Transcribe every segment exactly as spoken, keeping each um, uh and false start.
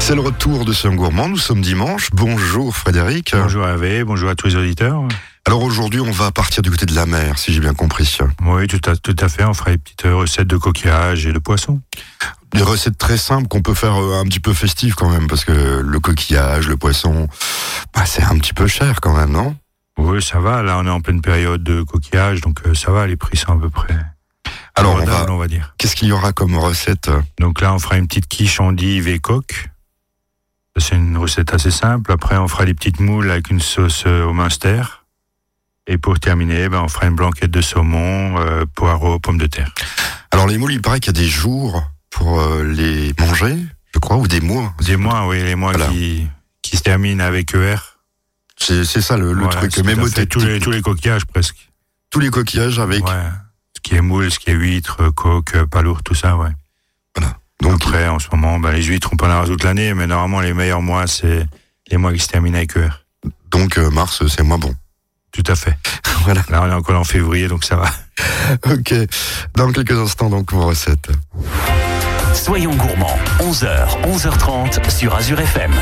C'est le retour de Soyons Gourmands, nous sommes dimanche. Bonjour Frédéric. Bonjour Hervé, bonjour à tous les auditeurs. Alors aujourd'hui, on va partir du côté de la mer, si j'ai bien compris. Oui, tout à, tout à fait, on fera des petites recettes de coquillage et de poisson. Des recettes très simples qu'on peut faire un petit peu festives quand même, parce que le coquillage, le poisson, bah, c'est un petit peu cher quand même, non ? Oui, ça va, là on est en pleine période de coquillage, donc euh, ça va, les prix sont à peu près... Alors on va, on va dire. Qu'est-ce qu'il y aura comme recette ? Donc là, on fera une petite quiche endive et coque. C'est une recette assez simple. Après, on fera des petites moules avec une sauce au Munster. Et pour terminer, ben, on fera une blanquette de saumon, euh, poireaux, pommes de terre. Alors les moules, il paraît qu'il y a des jours pour euh, les manger, je crois, ou des mois. Des mois, oui, les mois voilà. qui, qui se terminent avec E R. C'est, c'est ça le, le voilà, truc. Même tous les, tous les coquillages presque. Tous les coquillages avec... Ouais. Ce qui est moule, ce qui est huître, coque, palourde, tout ça, ouais. Voilà. Donc, après, en ce moment, ben, les huîtres, on peut en avoir toute l'année, mais normalement, les meilleurs mois, c'est les mois qui se terminent avec E R. Donc, euh, mars, c'est moins bon. Tout à fait. Voilà. Là, on est encore en février, donc ça va. Ok. Dans quelques instants, donc, vos recettes. Soyons gourmands. onze heures, onze heures trente sur Azure F M.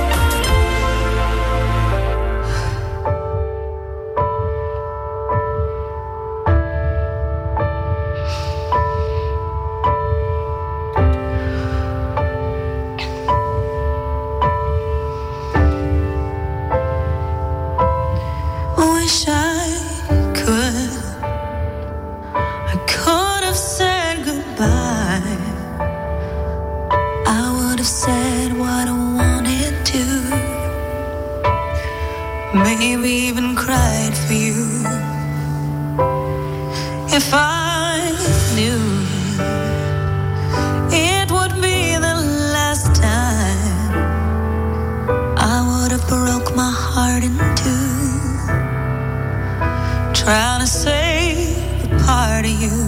Maybe even cried for you. If I knew it would be the last time, I would have broke my heart in two, trying to save a part of you.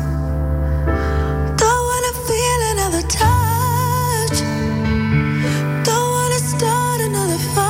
Don't wanna feel another touch, don't wanna start another fight.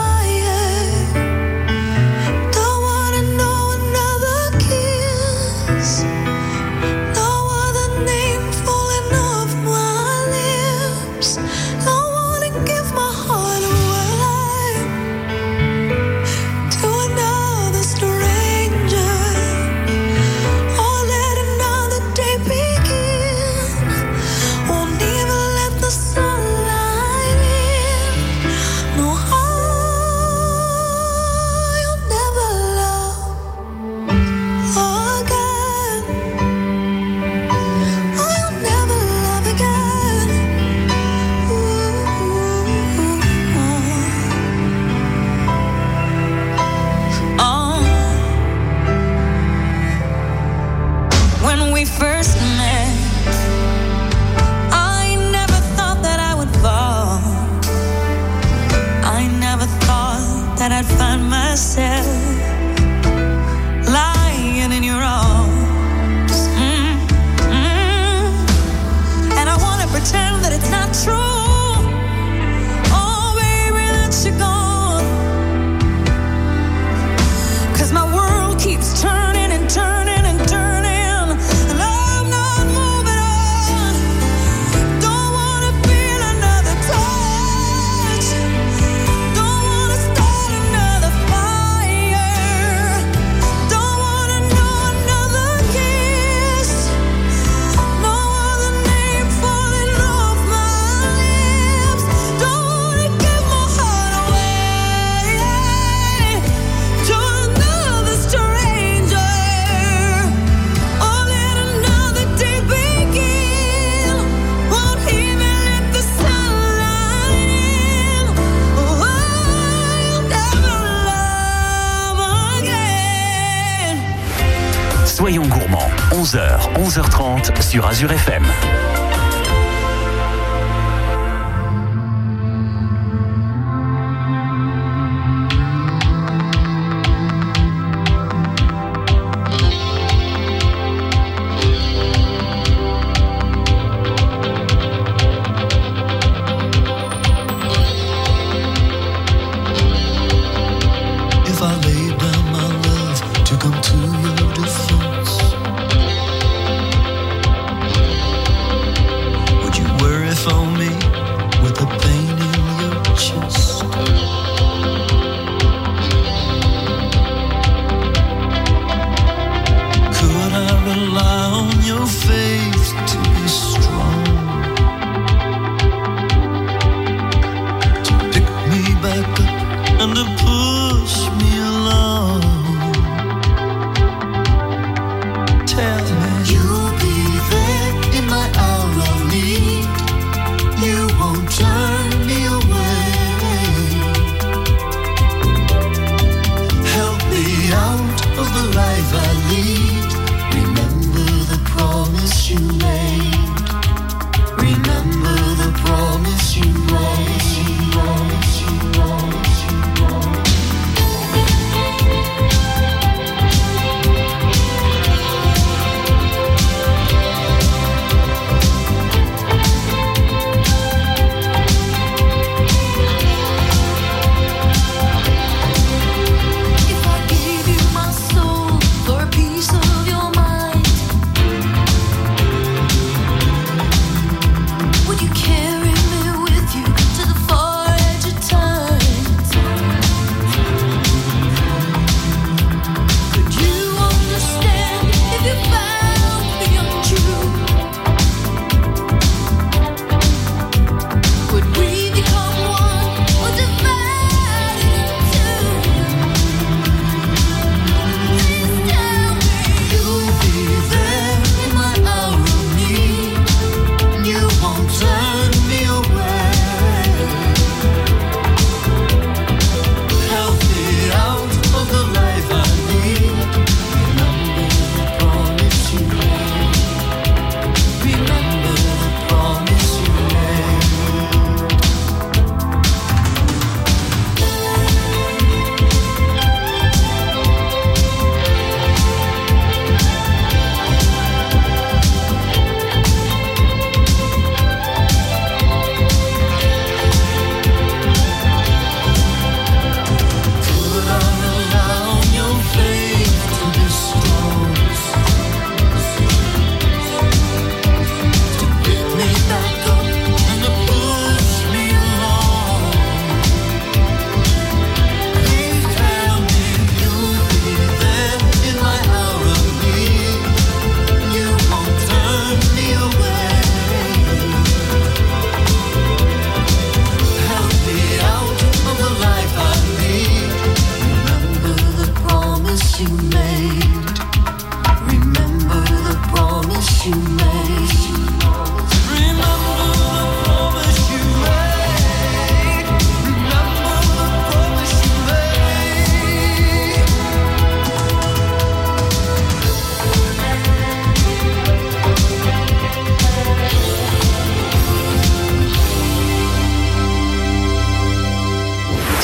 Soyons gourmands, onze heures, onze heures trente sur Azure F M. Come to your defense.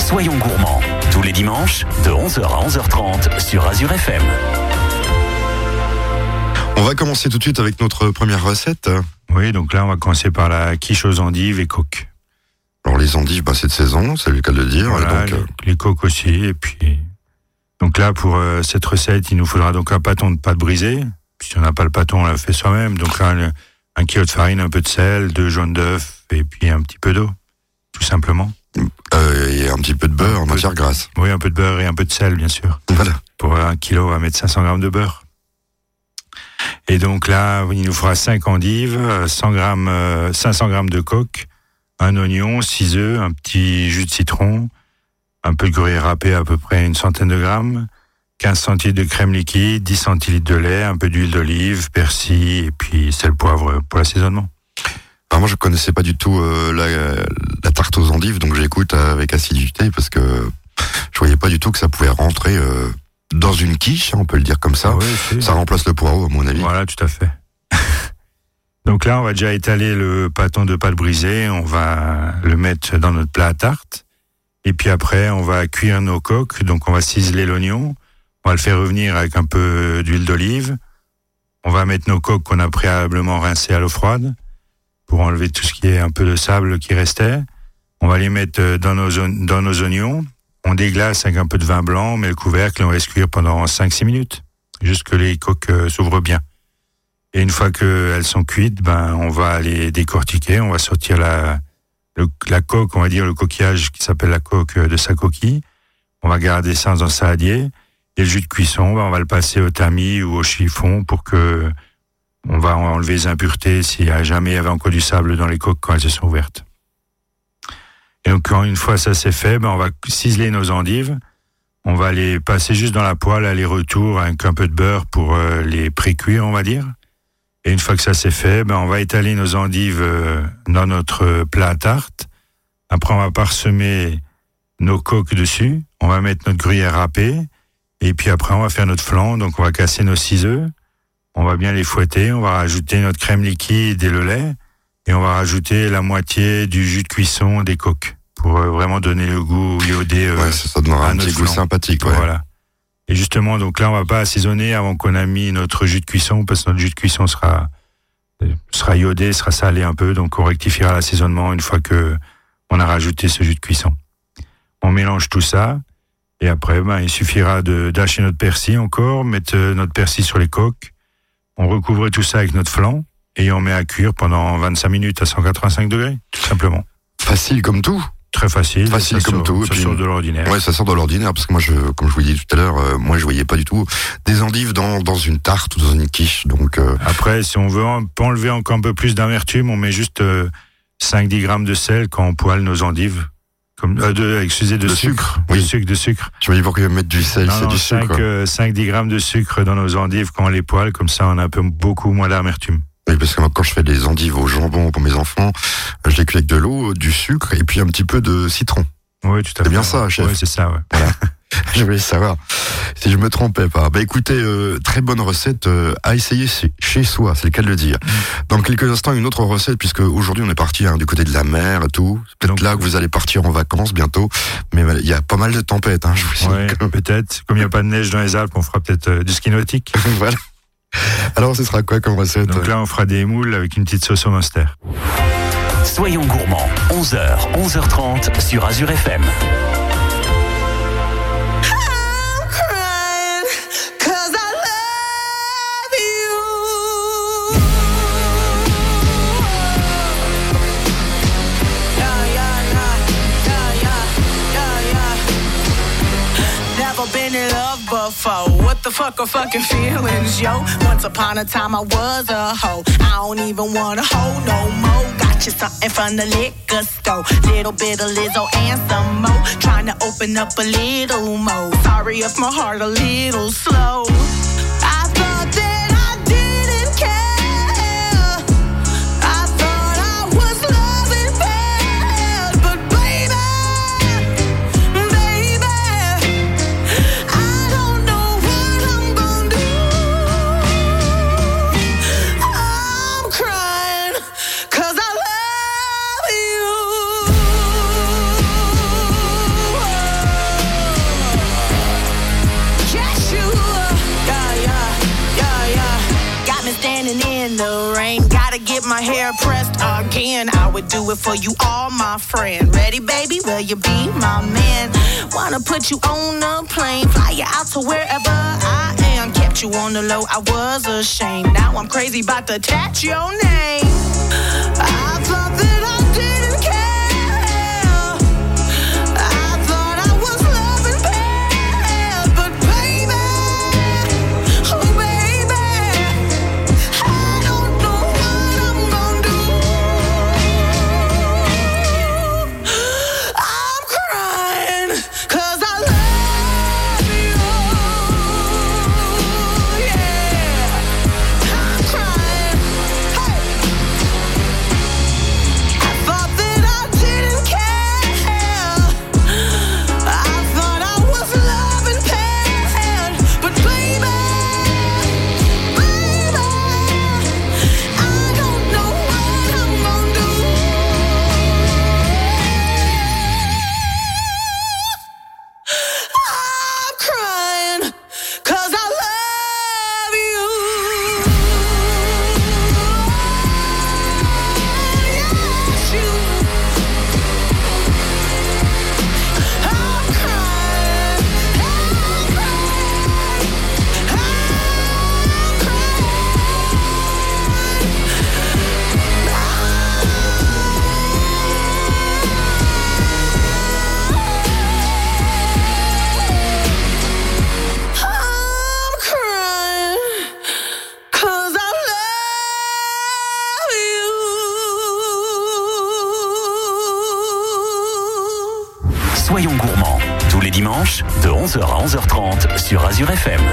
Soyons gourmands, tous les dimanches, de onze heures à onze heures trente sur Azure F M. On va commencer tout de suite avec notre première recette. Oui, donc là, on va commencer par la quiche aux endives et coques. Alors les endives, bah, c'est de saison, c'est le cas de le dire. Voilà, donc, les, euh... les coques aussi. Et puis, donc là, pour euh, cette recette, il nous faudra donc un pâton de pâte brisée. Si on n'a pas le pâton, on l'a fait soi-même. Donc là, le, un kilo de farine, un peu de sel, deux jaunes d'œufs et puis un petit peu d'eau, tout simplement. Euh, et un petit peu de beurre en matière grasse. Oui, un peu de beurre et un peu de sel, bien sûr. Voilà. Pour un kilo, on va mettre cinq cents grammes de beurre. Et donc là, il nous faudra cinq endives, cent grammes, euh, cinq cents grammes de coque, un oignon, six œufs, un petit jus de citron, un peu de gruyère râpé, à peu près une centaine de grammes, quinze centilitres de crème liquide, dix centilitres de lait, un peu d'huile d'olive, persil et puis sel, poivre pour l'assaisonnement. Alors moi, je connaissais pas du tout euh, la, la tarte aux endives, donc j'écoute avec assiduité parce que je voyais pas du tout que ça pouvait rentrer euh, dans une quiche, on peut le dire comme ça. Oui, si. Ça remplace le poireau, à mon avis. Voilà, tout à fait. Donc là, on va déjà étaler le pâton de pâte brisée, on va le mettre dans notre plat à tarte. Et puis après, on va cuire nos coques, donc on va ciseler l'oignon, on va le faire revenir avec un peu d'huile d'olive. On va mettre nos coques qu'on a préalablement rincées à l'eau froide pour enlever tout ce qui est un peu de sable qui restait. On va les mettre dans nos, dans nos oignons. On déglace avec un peu de vin blanc, on met le couvercle et on laisse cuire pendant cinq six minutes, juste que les coques euh, s'ouvrent bien. Et une fois qu'elles sont cuites, ben, on va les décortiquer, on va sortir la, le, la coque, on va dire le coquillage qui s'appelle la coque de sa coquille. On va garder ça dans un saladier. Et le jus de cuisson, ben, on va le passer au tamis ou au chiffon pour que on va enlever les impuretés s'il y a jamais il y avait encore du sable dans les coques quand elles se sont ouvertes. Et donc, quand une fois ça c'est fait, ben, on va ciseler nos endives. On va les passer juste dans la poêle, aller-retour, avec un peu de beurre pour euh, les pré-cuire, on va dire. Et une fois que ça c'est fait, ben, on va étaler nos endives euh, dans notre plat à tarte. Après, on va parsemer nos coques dessus. On va mettre notre gruyère râpée. Et puis après, on va faire notre flan. Donc, on va casser nos six œufs. On va bien les fouetter. On va rajouter notre crème liquide et le lait. Et on va rajouter la moitié du jus de cuisson des coques pour euh, vraiment donner le goût iodé euh, ouais, ça, ça donnera à un notre petit goût flan. sympathique. Ouais. Voilà. Et justement, donc là, on va pas assaisonner avant qu'on a mis notre jus de cuisson parce que notre jus de cuisson sera sera iodé, sera salé un peu. Donc, on rectifiera l'assaisonnement une fois que on a rajouté ce jus de cuisson. On mélange tout ça. Et après, ben, il suffira de d'acheter notre persil encore, mettre notre persil sur les coques. On recouvre tout ça avec notre flan. Et on met à cuire pendant vingt-cinq minutes à cent quatre-vingt-cinq degrés, tout simplement. Facile comme tout. Très facile. Facile ça comme sort, tout. Ça puis, sort de l'ordinaire. Ouais, ça sort de l'ordinaire parce que moi, je, comme je vous l'ai dit tout à l'heure, euh, moi, je voyais pas du tout des endives dans, dans une tarte ou dans une quiche. Donc, euh... après, si on veut en, enlever encore un peu plus d'amertume, on met juste euh, cinq à dix grammes de sel quand on poêle nos endives. Comme, euh, de, excusez, de, de sucre. sucre. De Oui. sucre, de sucre. Tu m'as dit pourquoi mettre du sel, Non, c'est non, du cinq, sucre. euh, cinq à dix grammes de sucre dans nos endives quand on les poêle, comme ça on a un peu beaucoup moins d'amertume. Oui, parce que moi, quand je fais des endives au jambon pour mes enfants, je les cuis avec de l'eau, du sucre et puis un petit peu de citron. Oui, tout à fait. C'est bien ça, chef. Oui, c'est ça, ouais. Voilà. Je voulais savoir si je me trompais pas. Bah écoutez, euh, très bonne recette euh, à essayer chez soi, c'est le cas de le dire. Dans quelques instants, une autre recette, puisque aujourd'hui on est parti hein, du côté de la mer et tout. C'est peut-être Donc, là que vous allez partir en vacances bientôt. Mais il y a pas mal de tempêtes, hein, je vous dis. Ouais, peut-être. Comme il n'y a pas de neige dans les Alpes, on fera peut-être euh, du ski nautique. Voilà. Alors, ce sera quoi comme recette? Donc là, on fera des moules avec une petite sauce au Munster. Soyons gourmands, onze heures, onze heures trente sur Azure F M. Been in love before. What the fuck are fucking feelings, yo? Once upon a time I was a hoe. I don't even wanna hoe no more. Got you something from the liquor store. Little bit of Lizzo and some more. Trying to open up a little more. Sorry if my heart a little slow. I thought that I didn't care. I thought I was loving bad. But baby, baby, I don't know what I'm gonna do. I'm crying 'cause I love you. my hair pressed again. I would do it for you, all my friend. Ready, baby? Will you be my man? Wanna put you on a plane, fly you out to wherever I am. Kept you on the low, I was ashamed. Now I'm crazy about to attach your name. I thought that I didn't care. I thought I was loving bad, but baby, oh baby, I don't know what I'm gonna do. I'm crying 'cause I love you. Yeah, I'm crying. Hey. I thought that I didn't care. I thought I was loving bad, but baby, baby, I don't know what I'm gonna do. I'm crying 'cause I love you. Yes, you. I'm crying. I'm crying. I'm crying 'cause I love you. Soyons gourmands, tous les dimanches, de onze heures à onze heures trente sur Azure F M.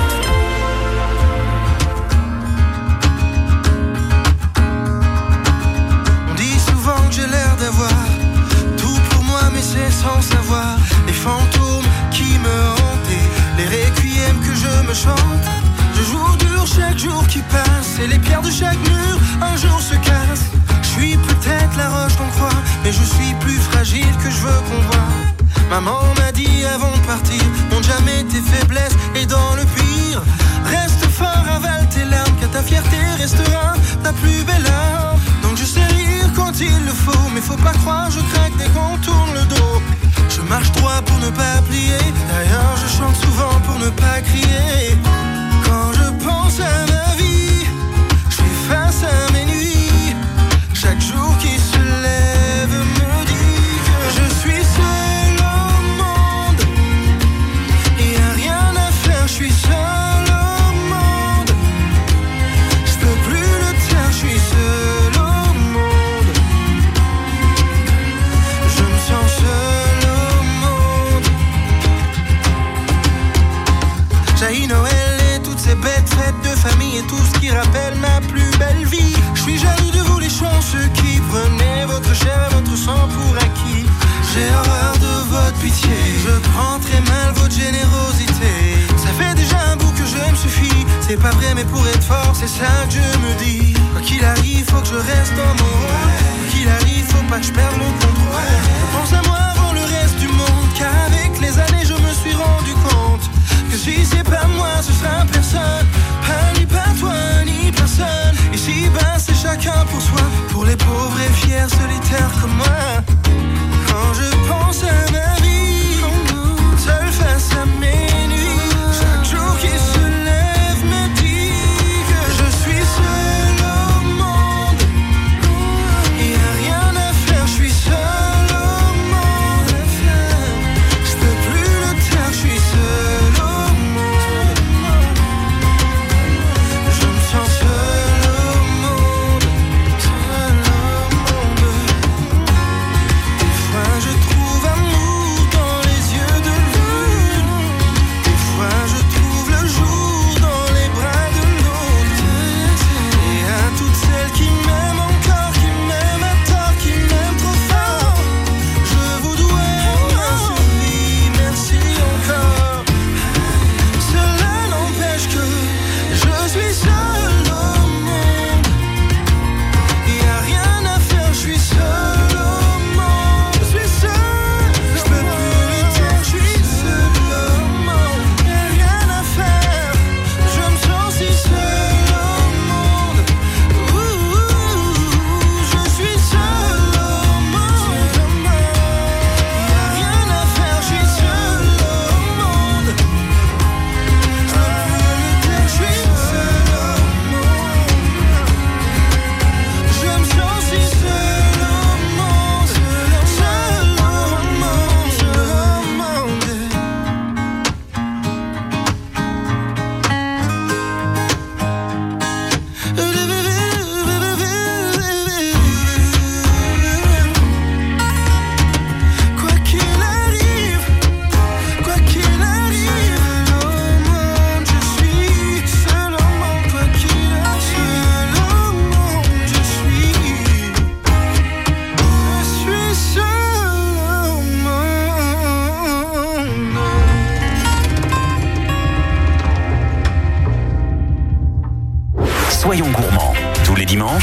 On dit souvent que j'ai l'air d'avoir tout pour moi, mais c'est sans savoir. Les fantômes qui me hantent, les requiems que je me chante. Je joue dur chaque jour qui passe, et les pierres de chaque mur un jour se cassent. Je suis peut-être la roche qu'on croit, mais je suis plus fragile que je veux qu'on voit. Maman m'a dit avant de partir, montre jamais tes faiblesses, et dans le pire, reste fort, avale tes larmes, car ta fierté restera ta plus belle arme. Donc je sais rire quand il le faut, mais faut pas croire, je craque dès qu'on tourne le dos. Je marche droit pour ne pas plier, d'ailleurs je chante souvent pour ne pas crier. Quand je pense à ma vie, je fais face à mes nuits. Chaque jour qui se lève me dit que je suis seul au monde. Et y'a rien à faire, je suis seul au monde. Je peux plus le taire, je suis seul au monde. Je me sens seul au monde. Jaillit Noël et toutes ces bêtes fêtes de famille et tout ce qui rappelle ma plus belle vie. Je suis jaloux de vous les chanceux qui prenez votre chair et votre sang pour acquis. J'ai horreur de votre pitié, je prends très mal votre générosité. Ça fait déjà un bout que je me suffis, c'est pas vrai mais pour être fort c'est ça que je me dis. Quoi qu'il arrive faut que je reste dans mon rôle, quoi qu'il arrive faut pas que je perde mon contrôle. Je pense à moi avant le reste du monde, qu'avec les années je me suis rendu compte que si c'est pas moi ce sera personne, pas ni pas toi ni personne. Ici bas c'est chacun pour soi, pour les pauvres et fiers solitaires comme moi. Quand je pense à ma vie, seul face à mes nuits, chaque jour qui se lève me dit que je suis seul au monde. Et y'a rien à faire, je suis seul au monde. Je peux plus le taire, je suis seul au monde. Je me sens seul au monde, seul au monde.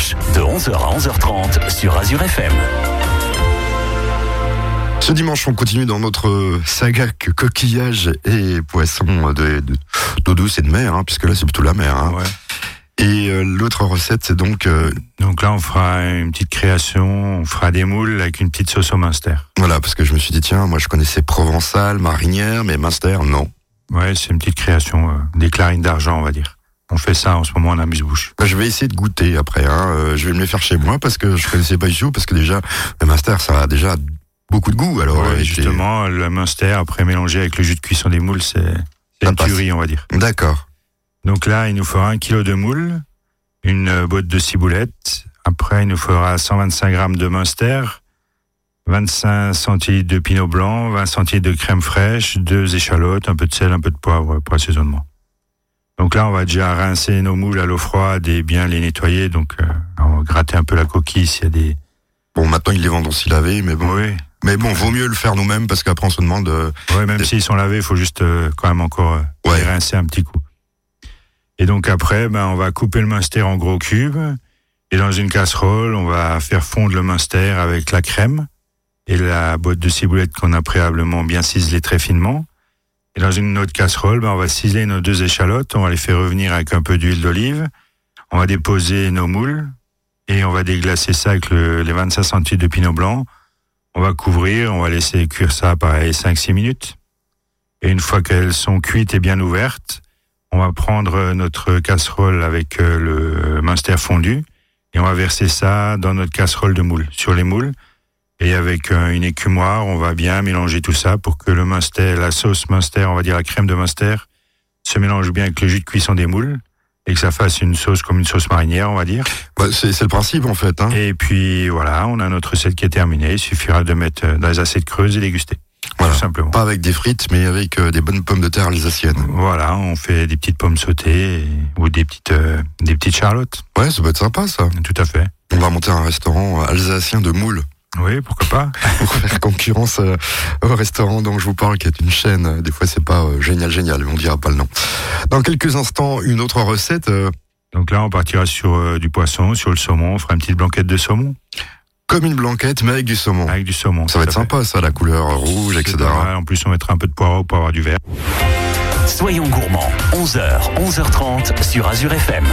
dimanches, de onze heures à onze heures trente sur Azure F M. Ce dimanche, on continue dans notre saga que coquillages et poissons de, de, d'eau douce et de mer, hein, puisque là c'est plutôt la mer. Hein. Ouais. Et euh, l'autre recette, c'est donc... Euh, donc là, on fera une petite création, on fera des moules avec une petite sauce au Munster. Voilà, parce que je me suis dit, tiens, moi je connaissais Provençal, Marinière, mais Munster, non. Ouais, c'est une petite création, euh, des clarines d'argent, on va dire. On fait ça en ce moment en amuse-bouche. Bah, je vais essayer de goûter après. Hein. Euh, je vais me les faire chez moi parce que je connaissais pas du tout, parce que déjà, le Munster, ça a déjà beaucoup de goût. Alors, ouais, euh, justement, le Munster, après mélangé avec le jus de cuisson des moules, c'est, c'est une tuerie, on va dire. D'accord. Donc là, il nous faudra un kilo de moules, une botte de ciboulette. Après, il nous faudra cent vingt-cinq grammes de Munster, vingt-cinq centilitres de pinot blanc, vingt centilitres de crème fraîche, deux échalotes, un peu de sel, un peu de poivre pour assaisonnement. Donc là, on va déjà rincer nos moules à l'eau froide et bien les nettoyer. Donc, euh, on va gratter un peu la coquille s'il y a des... Bon, maintenant, ils les vendent aussi lavés, mais bon... Oui. Mais bon, vaut mieux le faire nous-mêmes parce qu'après, on se demande... Euh, oui, même de... s'ils sont lavés, il faut juste euh, quand même encore euh, ouais. les rincer un petit coup. Et donc après, ben, on va couper le Munster en gros cubes. Et dans une casserole, on va faire fondre le Munster avec la crème et la botte de ciboulette qu'on a préalablement bien ciselée très finement. Et dans une autre casserole, ben, on va ciseler nos deux échalotes. On va les faire revenir avec un peu d'huile d'olive. On va déposer nos moules et on va déglacer ça avec le, les vingt-cinq centilitres de pinot blanc. On va couvrir, on va laisser cuire ça pareil cinq six minutes. Et une fois qu'elles sont cuites et bien ouvertes, on va prendre notre casserole avec le Munster fondu et on va verser ça dans notre casserole de moules, sur les moules. Et avec une écumoire, on va bien mélanger tout ça pour que le Munster, la sauce Munster, on va dire la crème de Munster, se mélange bien avec le jus de cuisson des moules et que ça fasse une sauce comme une sauce marinière, on va dire. Ouais, c'est, c'est le principe en fait. Hein. Et puis voilà, on a notre recette qui est terminée. Il suffira de mettre dans les assiettes creuses et déguster. Voilà. Tout simplement. Pas avec des frites, mais avec euh, des bonnes pommes de terre alsaciennes. Voilà, on fait des petites pommes sautées et, ou des petites, euh, des petites charlottes. Ouais, ça peut être sympa ça. Tout à fait. On va monter un restaurant alsacien de moules. Oui, pourquoi pas. Pour faire concurrence euh, au restaurant dont je vous parle, qui est une chaîne. Des fois, c'est pas euh, génial, génial, mais on dira pas le nom. Dans quelques instants, une autre recette. Euh... Donc là, on partira sur euh, du poisson, sur le saumon. On fera une petite blanquette de saumon. Comme une blanquette, mais avec du saumon. Avec du saumon. Ça va être sympa, ça, la couleur rouge, et cetera. En plus, on mettra un peu de poireau pour avoir du vert. Soyons gourmands. onze heures, onze heures trente sur Azure F M.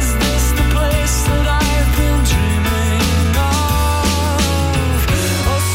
Oh,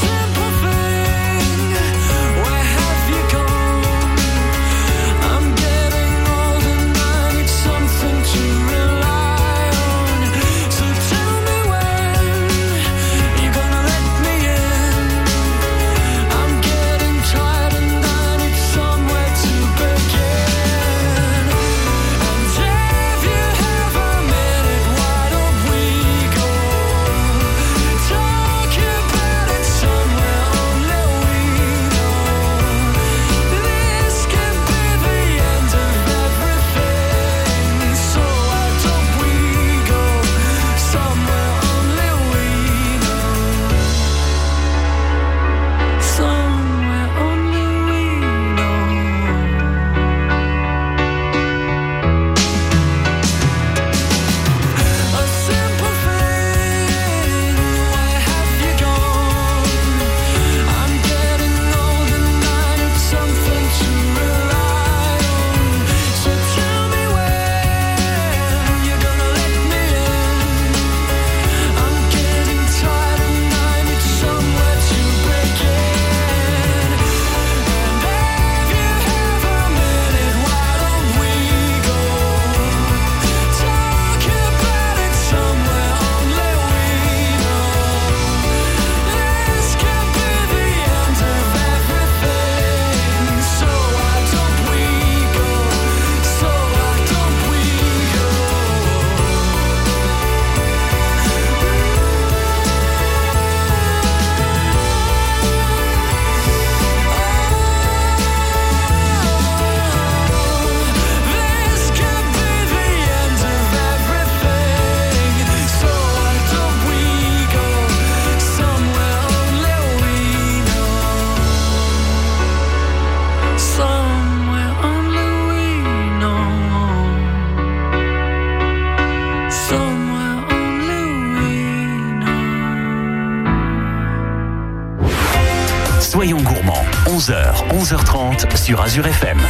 onze heures, onze heures trente sur Azure F M.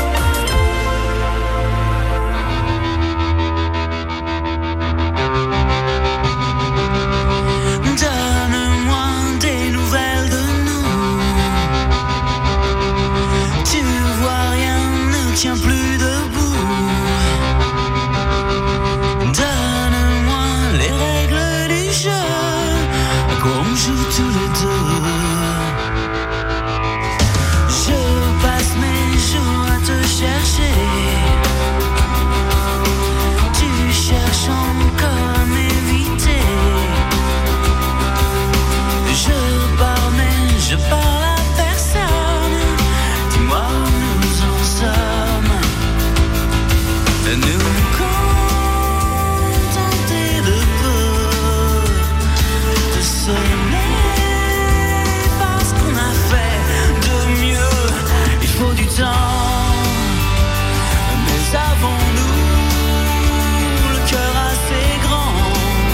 Tiens plus debout. Donne-moi les règles du jeu, à quoi on joue tous les deux. Je passe mes jours à te chercher. Tu cherches encore à m'éviter. Je pars mais je parle à personne. Dis-moi où nous en sommes. De nous contenter de peu, de s'aimer parce qu'on a fait de mieux. Il faut du temps, mais avons-nous le cœur assez grand?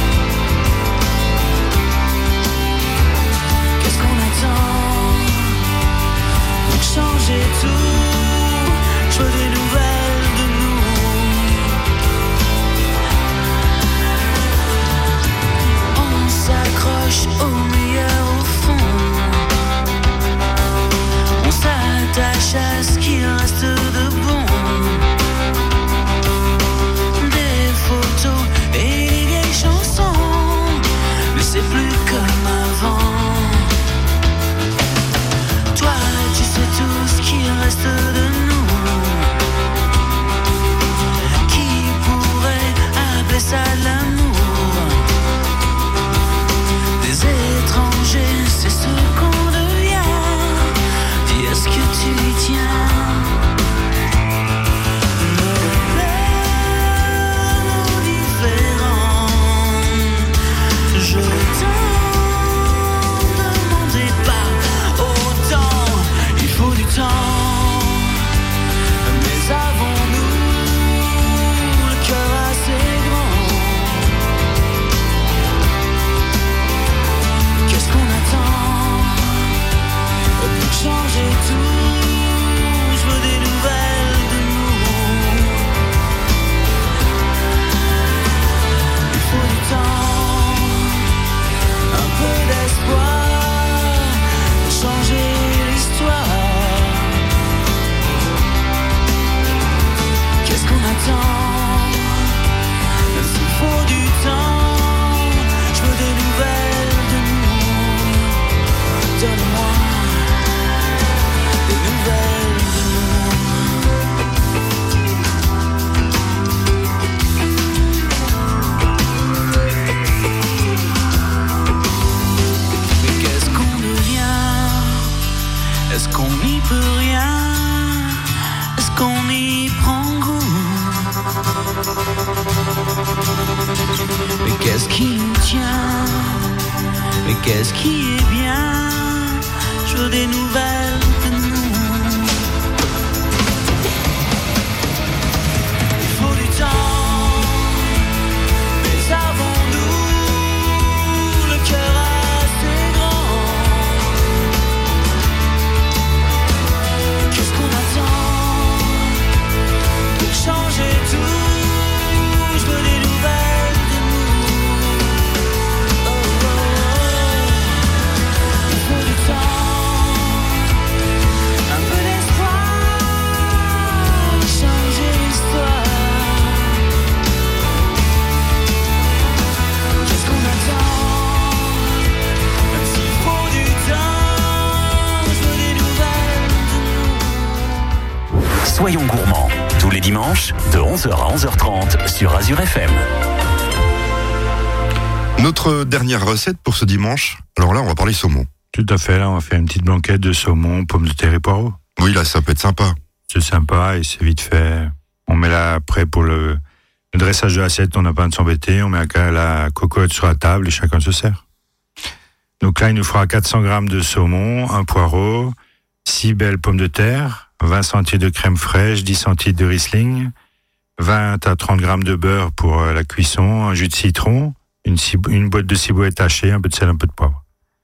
Qu'est-ce qu'on attend pour changer tout? Je veux des nouvelles de nous. On s'accroche au meilleur au fond. On s'attache à ce qu'il reste de bon. Des photos et des vieilles chansons, mais c'est plus comme avant. Toi, tu sais tout ce qu'il reste de nous. Qui pourrait appeler ça de l'amour? Des étrangers, c'est ce qu'on devient. Dis, est-ce que tu y tiens? Nos rêves différents. Je t'en demandais pas autant. Il faut du temps, mais avons-nous le cœur assez grand? Qu'est-ce qu'on attend pour changer tout? Je veux des nouvelles de nous. Il faut du temps, un peu d'espoir pour changer l'histoire. Qu'est-ce qu'on attend? S'il faut du temps, je veux des nouvelles de nous. Donne-moi des nouvelles de nous. Mais qu'est-ce qu'on devient? Est-ce qu'on n'y peut rien? Est-ce qu'on y prend goût? Mais qu'est-ce qui nous tient? Mais qu'est-ce qui est bien? Je veux des nouvelles de nous. Il faut du temps, mais avons-nous le cœur assez grand? Qu'est-ce qu'on attend pour changer tout? Je veux des nouvelles de nous. Oh, oh, oh. Il faut du temps, un peu d'espoir, changer l'histoire. Qu'est-ce qu'on attend? Même s'il faut du temps, je veux des nouvelles de nous. Soyons gourmands, tous les dimanches, de onze heures à onze heures trente sur Azure F M. Notre dernière recette pour ce dimanche, alors là, on va parler saumon. Tout à fait, là, on va faire une petite blanquette de saumon, pommes de terre et poireaux. Oui, là, ça peut être sympa. C'est sympa et c'est vite fait. On met là, après, pour le, le dressage de l'assiette, on n'a pas à s'embêter. On met la, la cocotte sur la table et chacun se sert. Donc là, il nous fera quatre cents grammes de saumon, un poireau, six belles pommes de terre, vingt centilitres de crème fraîche, dix centilitres de Riesling, vingt à trente grammes de beurre pour la cuisson, un jus de citron, une, cib- une boîte de ciboulette hachée, un peu de sel, un peu de poivre.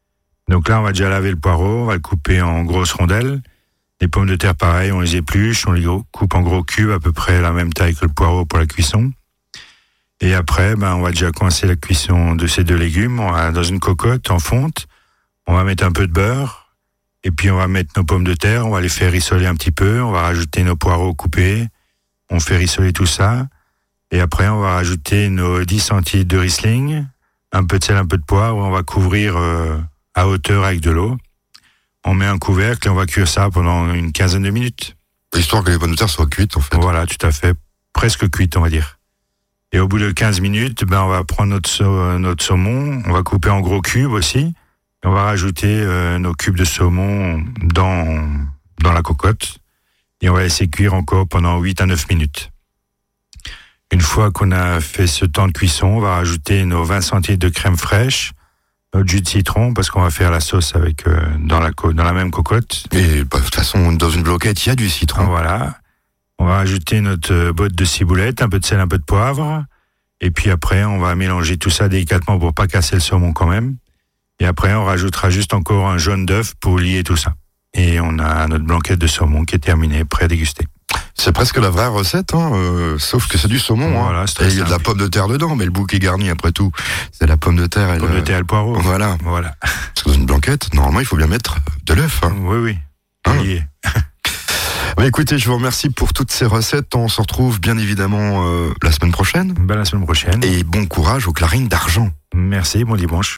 Donc là, on va déjà laver le poireau, on va le couper en grosses rondelles. Les pommes de terre, pareil, on les épluche, on les coupe en gros cubes, à peu près la même taille que le poireau pour la cuisson. Et après, ben, on va déjà coincer la cuisson de ces deux légumes. On va dans une cocotte en fonte. On va mettre un peu de beurre. Et puis, on va mettre nos pommes de terre. On va les faire rissoler un petit peu. On va rajouter nos poireaux coupés. On fait rissoler tout ça. Et après, on va rajouter nos dix centilitres de Riesling, un peu de sel, un peu de poivre. On va couvrir euh, à hauteur avec de l'eau. On met un couvercle et on va cuire ça pendant une quinzaine de minutes. Histoire que les pommes de terre soient cuites, en fait. Voilà, tout à fait. Presque cuites, on va dire. Et au bout de quinze minutes, ben, on va prendre notre, sau- notre saumon, on va couper en gros cubes aussi. Et on va rajouter euh, nos cubes de saumon dans, dans la cocotte. Et on va laisser cuire encore pendant huit à neuf minutes. Une fois qu'on a fait ce temps de cuisson, on va rajouter nos vingt centilitres de crème fraîche, notre jus de citron, parce qu'on va faire la sauce avec euh, dans la co- dans la même cocotte. Et bah, de toute façon, dans une bloquette, il y a du citron. Voilà. On va rajouter notre euh, botte de ciboulette, un peu de sel, un peu de poivre. Et puis après, on va mélanger tout ça délicatement pour pas casser le saumon quand même. Et après, on rajoutera juste encore un jaune d'œuf pour lier tout ça. Et on a notre blanquette de saumon qui est terminée, prêt à déguster. C'est presque la vraie recette, hein, euh, sauf que c'est du saumon. Voilà, hein. c'est très Et il y a de la simple. pomme de terre dedans, mais le bouc est garni après tout. C'est la pomme de terre. Elle, Pomme de terre et le poireau. Voilà. Voilà. Parce que dans une blanquette, normalement, il faut bien mettre de l'œuf. Hein. Oui, oui. Hein. Lié. Mais écoutez, je vous remercie pour toutes ces recettes. On se retrouve bien évidemment euh, la semaine prochaine. Ben, la semaine prochaine. Et bon courage aux clarines d'argent. Merci, bon dimanche.